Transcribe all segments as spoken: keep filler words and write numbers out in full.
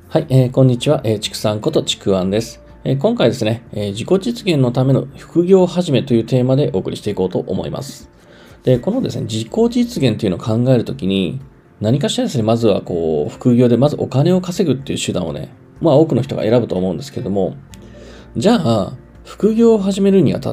はい、えーこんにちは。えー、ちくさんことちくわんです。えー今回ですね、えー自己実現のための副業を始めというテーマでお送りしていこうと思います。で、このですね、自己実現というのを考えるときに、何かしらですね、まずはこう、副業でまずお金を稼ぐっていう手段をね、まあ多くの人が選ぶと思うんですけども、じゃあ、副業を始めるにあたって、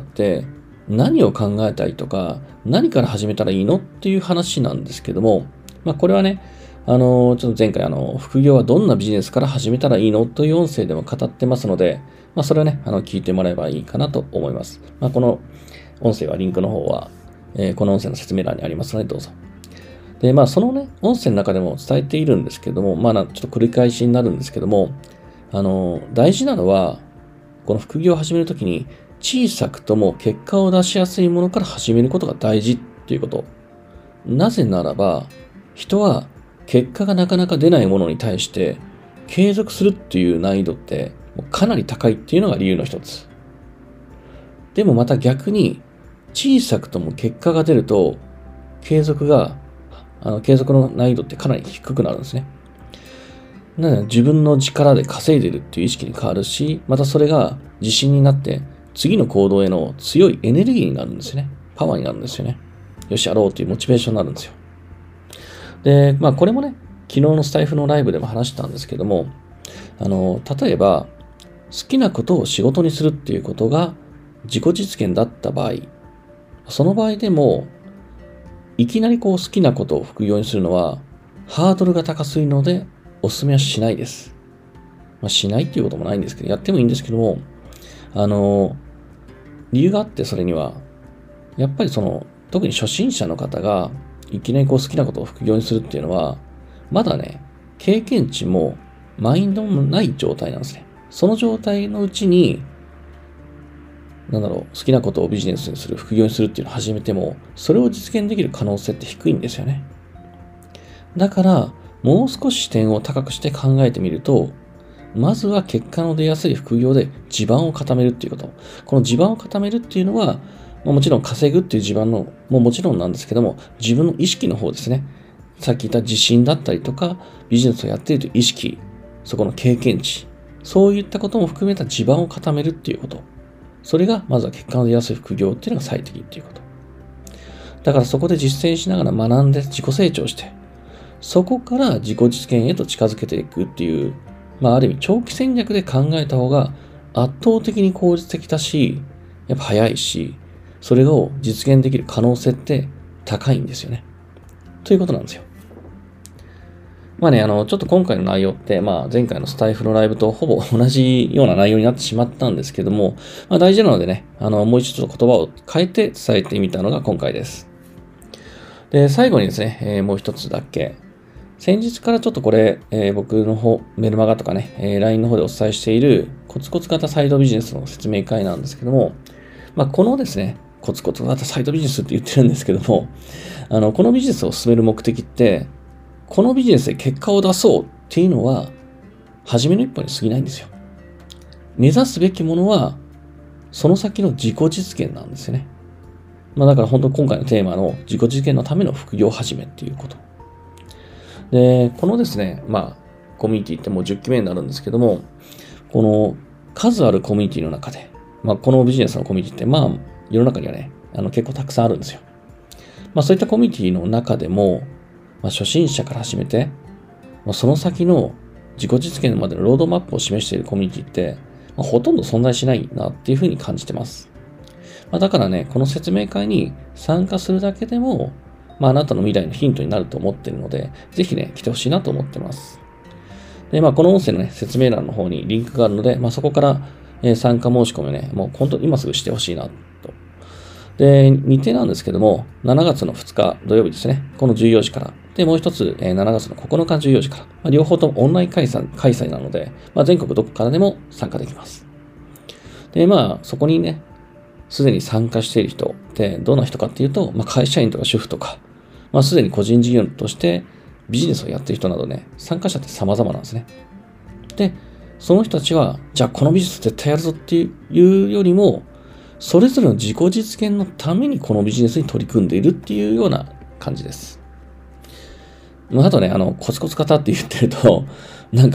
何を考えたいとか、何から始めたらいいのっていう話なんですけども、まあこれはね、あの、ちょっと前回あの、副業はどんなビジネスから始めたらいいのという音声でも語ってますので、まあそれをね、あの、聞いてもらえばいいかなと思います。まあこの音声はリンクの方は、えーこの音声の説明欄にありますのでどうぞ。で、まあそのね、音声の中でも伝えているんですけども、まあなちょっと繰り返しになるんですけども、あの、大事なのは、この副業を始めるときに、小さくとも結果を出しやすいものから始めることが大事っていうこと。なぜならば、人は結果がなかなか出ないものに対して継続するっていう難易度ってもうかなり高いっていうのが理由の一つ。でもまた逆に小さくとも結果が出ると継続が、あの継続の難易度ってかなり低くなるんですね。なので自分の力で稼いでるっていう意識に変わるし、またそれが自信になって次の行動への強いエネルギーになるんですよね。パワーになるんですよね。よし、やろうというモチベーションになるんですよ。で、まあこれもね、昨日のスタイフのライブでも話したんですけども、あの、例えば、好きなことを仕事にするっていうことが自己実現だった場合、その場合でも、いきなりこう好きなことを副業にするのは、ハードルが高すぎるので、お勧めはしないです。まあ、しないっていうこともないんですけど、やってもいいんですけども、あの、理由があってそれには、やっぱりその、特に初心者の方が、いきなりこう好きなことを副業にするっていうのは、まだね、経験値もマインドもない状態なんですね。その状態のうちに、なんだろう、好きなことをビジネスにする、副業にするっていうのを始めても、それを実現できる可能性って低いんですよね。だから、もう少し視点を高くして考えてみると、まずは結果の出やすい副業で地盤を固めるっていうこと。この地盤を固めるっていうのは、まあ、もちろん稼ぐっていう地盤のももちろんなんですけども、自分の意識の方ですね。さっき言った自信だったりとか、ビジネスをやっているという意識、そこの経験値、そういったことも含めた地盤を固めるっていうこと。それがまずは結果の出やすい副業っていうのが最適っていうこと。だからそこで実践しながら学んで自己成長して、そこから自己実現へと近づけていくっていう、まあある意味長期戦略で考えた方が圧倒的に効率的だし、やっぱ早いし、それを実現できる可能性って高いんですよね。ということなんですよ。まあね、あの、ちょっと今回の内容って、まあ前回のスタイフのライブとほぼ同じような内容になってしまったんですけども、まあ大事なのでね、あの、もう一度言葉を変えて伝えてみたのが今回です。で、最後にですね、えーもう一つだけ、先日からちょっとこれ、えー僕の方、メルマガとかね、えー ライン の方でお伝えしているコツコツ型サイドビジネスの説明会なんですけども、まあ、このですね、コツコツ型サイドビジネスって言ってるんですけども、あの、このビジネスを進める目的って、このビジネスで結果を出そうっていうのは、初めの一歩に過ぎないんですよ。目指すべきものは、その先の自己実現なんですよね。まあだから本当今回のテーマの自己実現のための副業始めっていうこと。で、このですね、まあ、コミュニティってもうじゅっきめになるんですけども、この数あるコミュニティの中で、まあ、このビジネスのコミュニティって、まあ、世の中にはね、あの結構たくさんあるんですよ。まあ、そういったコミュニティの中でも、まあ、初心者から始めて、まあ、その先の自己実現までのロードマップを示しているコミュニティって、まあ、ほとんど存在しないなっていうふうに感じてます。まあ、だからね、この説明会に参加するだけでも、まあ、あなたの未来のヒントになると思っているので、ぜひね、来てほしいなと思ってます。で、まあ、この音声のね、説明欄の方にリンクがあるので、まあ、そこから、えー参加申し込みをね、もう本当に今すぐしてほしいなと。で、日程なんですけども、しちがつのふつか土曜日ですね、このじゅうよじから。で、もう一つ、えーしちがつのここのかじゅうよじから。まあ、両方ともオンライン開催開催なので、まあ、全国どこからでも参加できます。で、まあ、そこにね、すでに参加している人ってどんな人かっていうと、まあ、会社員とか主婦とか、まあ、すでに個人事業としてビジネスをやっている人などね、参加者って様々なんですね。で、その人たちは、じゃあこのビジネス絶対やるぞっていうよりも、それぞれの自己実現のためにこのビジネスに取り組んでいるっていうような感じです。まあ、あとね、あの、コツコツ型って言ってると、なんか、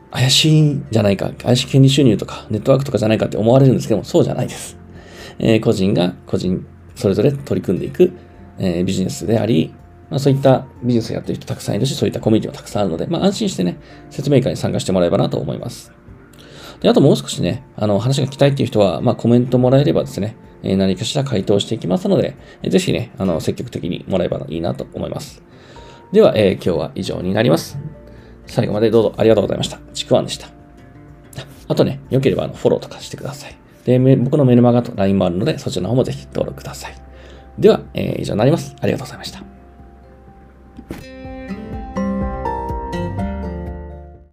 怪しいんじゃないか、怪しい権利収入とかネットワークとかじゃないかって思われるんですけども、そうじゃないです。えー、個人が個人それぞれ取り組んでいく、えー、ビジネスであり、まあ、そういったビジネスをやっている人たくさんいるし、そういったコミュニティもたくさんあるので、まあ、安心してね、説明会に参加してもらえばなと思います。で、あともう少しね、あの、話が聞きたいっていう人は、まあ、コメントもらえればですね、えー、何かしら回答していきますので、えー、ぜひね、あの、積極的にもらえばいいなと思います。では、えー、今日は以上になります。最後までどうぞありがとうございました。ちくわんでした。あとね、良ければあのフォローとかしてください。で、僕のメルマガと ライン もあるので、そちらの方もぜひ登録ください。では、えー、以上になります。ありがとうございました。